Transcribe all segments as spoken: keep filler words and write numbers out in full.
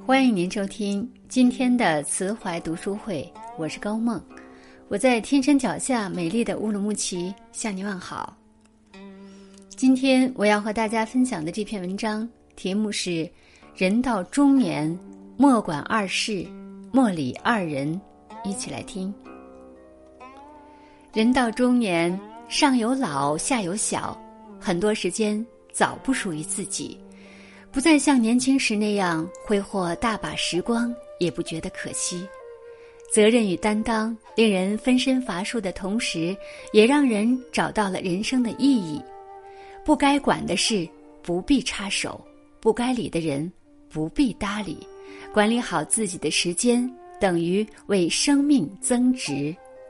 欢迎您收听今天的慈怀读书会，我是高梦，我在天山脚下美丽的乌鲁木齐向您问好。今天我要和大家分享的这篇文章题目是人到中年莫管二世，莫理二人，一起来听。人到中年，上有老下有小，很多时间早不属于自己，不再像年轻时那样挥霍大把时光，也不觉得可惜。责任与担当令人分身乏术的同时，也让人找到了人生的意义。不该管的事不必插手，不该理的人不必搭理，管理好自己的时间，等于为生命增值。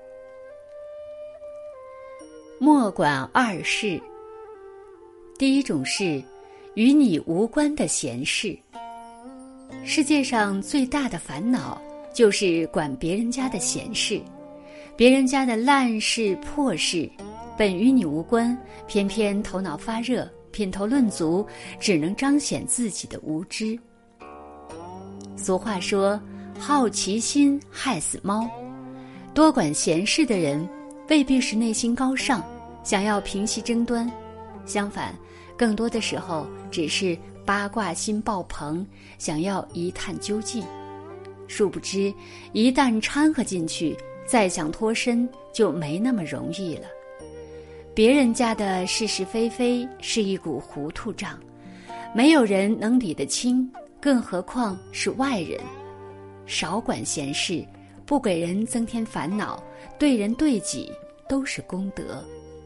莫管二事。第一种是与你无关的闲事。世界上最大的烦恼就是管别人家的闲事，别人家的烂事破事本与你无关，偏偏头脑发热，品头论足，只能彰显自己的无知。俗话说，好奇心害死猫。多管闲事的人未必是内心高尚，想要平息争端，相反，更多的时候只是八卦心爆棚，想要一探究竟。殊不知，一旦掺和进去，再想脱身就没那么容易了。别人家的是是非非是一股糊涂账，没有人能理得清，更何况是外人。少管闲事，不给人增添烦恼，对人对己都是功德。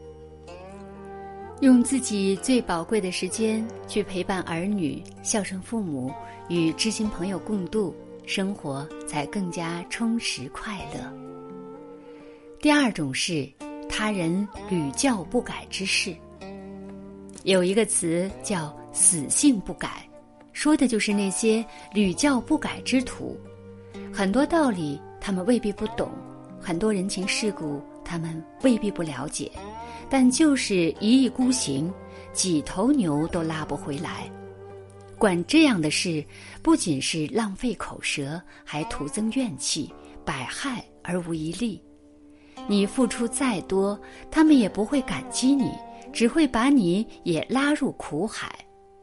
用自己最宝贵的时间去陪伴儿女，孝顺父母，与知心朋友共度，生活才更加充实快乐。第二种是他人屡教不改之事。有一个词叫死性不改，说的就是那些屡教不改之徒。很多道理他们未必不懂，很多人情世故他们未必不了解，但就是一意孤行，几头牛都拉不回来。管这样的事，不仅是浪费口舌，还徒增怨气，百害而无一利。你付出再多，他们也不会感激你，只会把你也拉入苦海。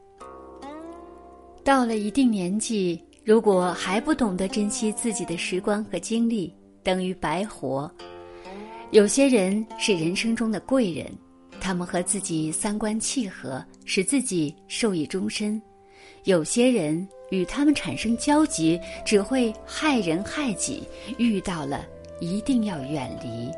到了一定年纪，如果还不懂得珍惜自己的时光和精力，等于白活。有些人是人生中的贵人，他们和自己三观契合，使自己受益终身。有些人与他们产生交集，只会害人害己，遇到了一定要远离。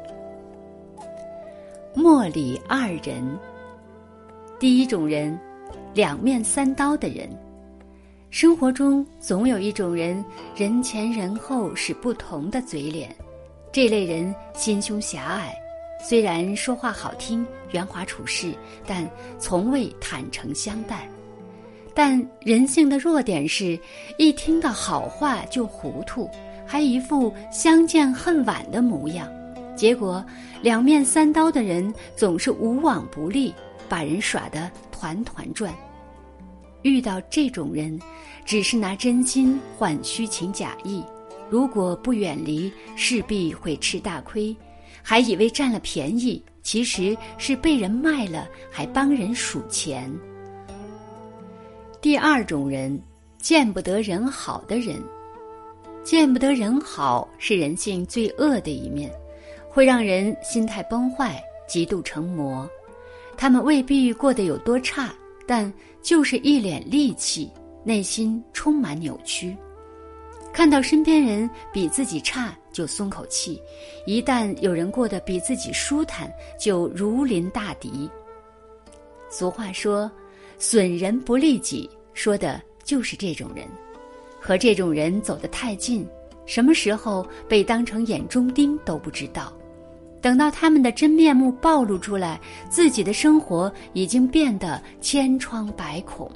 莫理二人。第一种人，两面三刀的人。生活中总有一种人，人前人后是不同的嘴脸。这类人心胸狭隘，虽然说话好听，圆滑处事，但从未坦诚相待。但人性的弱点是，一听到好话就糊涂，还一副相见恨晚的模样。结果两面三刀的人总是无往不利，把人耍得团团转。遇到这种人，只是拿真心换虚情假意，如果不远离，势必会吃大亏，还以为占了便宜，其实是被人卖了，还帮人数钱。第二种人，见不得人好的人。见不得人好是人性最恶的一面，会让人心态崩坏，极度成魔。他们未必过得有多差，但就是一脸戾气，内心充满扭曲。看到身边人比自己差就松口气，一旦有人过得比自己舒坦，就如临大敌。俗话说，损人不利己，说的就是这种人。和这种人走得太近，什么时候被当成眼中钉都不知道。等到他们的真面目暴露出来，自己的生活已经变得千疮百孔。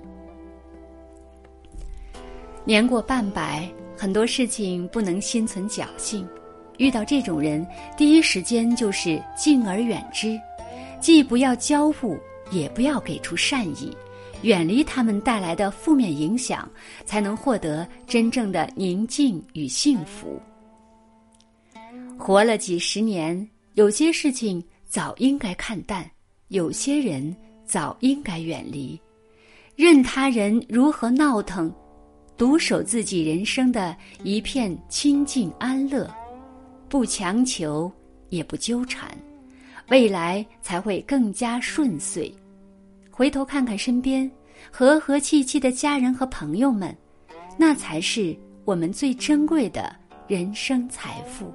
年过半百，很多事情不能心存侥幸，遇到这种人，第一时间就是敬而远之，既不要交恶，也不要给出善意， 远离他们带来的负面影响，才能获得真正的宁静与幸福。活了几十年，有些事情早应该看淡，有些人早应该远离。任他人如何闹腾，独守自己人生的一片清静安乐，不强求也不纠缠，未来才会更加顺遂。回头看看身边和和气气的家人和朋友们，那才是我们最珍贵的人生财富。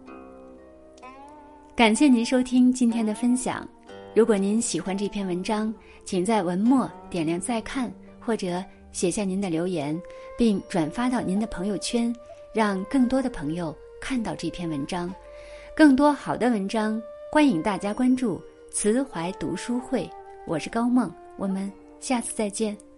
感谢您收听今天的分享，如果您喜欢这篇文章，请在文末点亮再看，或者写下您的留言，并转发到您的朋友圈，让更多的朋友看到这篇文章。更多好的文章，欢迎大家关注慈怀读书会，我是高梦，我们下次再见。